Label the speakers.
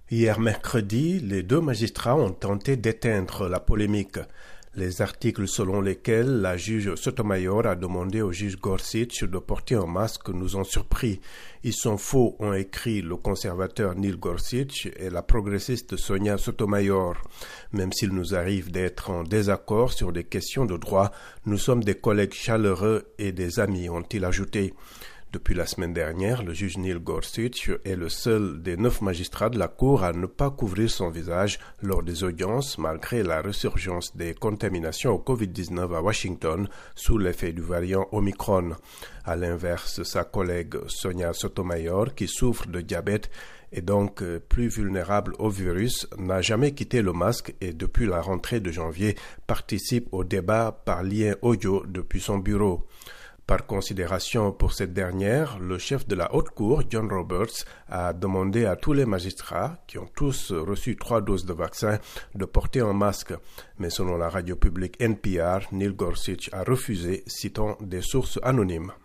Speaker 1: Hier mercredi, les deux magistrats ont tenté d'éteindre la polémique. Les articles selon lesquels la juge Sotomayor a demandé au juge Gorsuch de porter un masque nous ont surpris. Ils sont faux, ont écrit le conservateur Neil Gorsuch et la progressiste Sonia Sotomayor. Même s'il nous arrive d'être en désaccord sur des questions de droit, nous sommes des collègues chaleureux et des amis, ont-ils ajouté. Depuis la semaine dernière, le juge Neil Gorsuch est le seul des 9 magistrats de la Cour à ne pas couvrir son visage lors des audiences, malgré la résurgence des contaminations au Covid-19 à Washington sous l'effet du variant Omicron. À l'inverse, sa collègue Sonia Sotomayor, qui souffre de diabète, et donc plus vulnérable au virus, n'a jamais quitté le masque et depuis la rentrée de janvier participe au débat par lien audio depuis son bureau. Par considération pour cette dernière, le chef de la Haute Cour, John Roberts, a demandé à tous les magistrats, qui ont tous reçu 3 doses de vaccin, de porter un masque. Mais selon la radio publique NPR, Neil Gorsuch a refusé, citant des sources anonymes.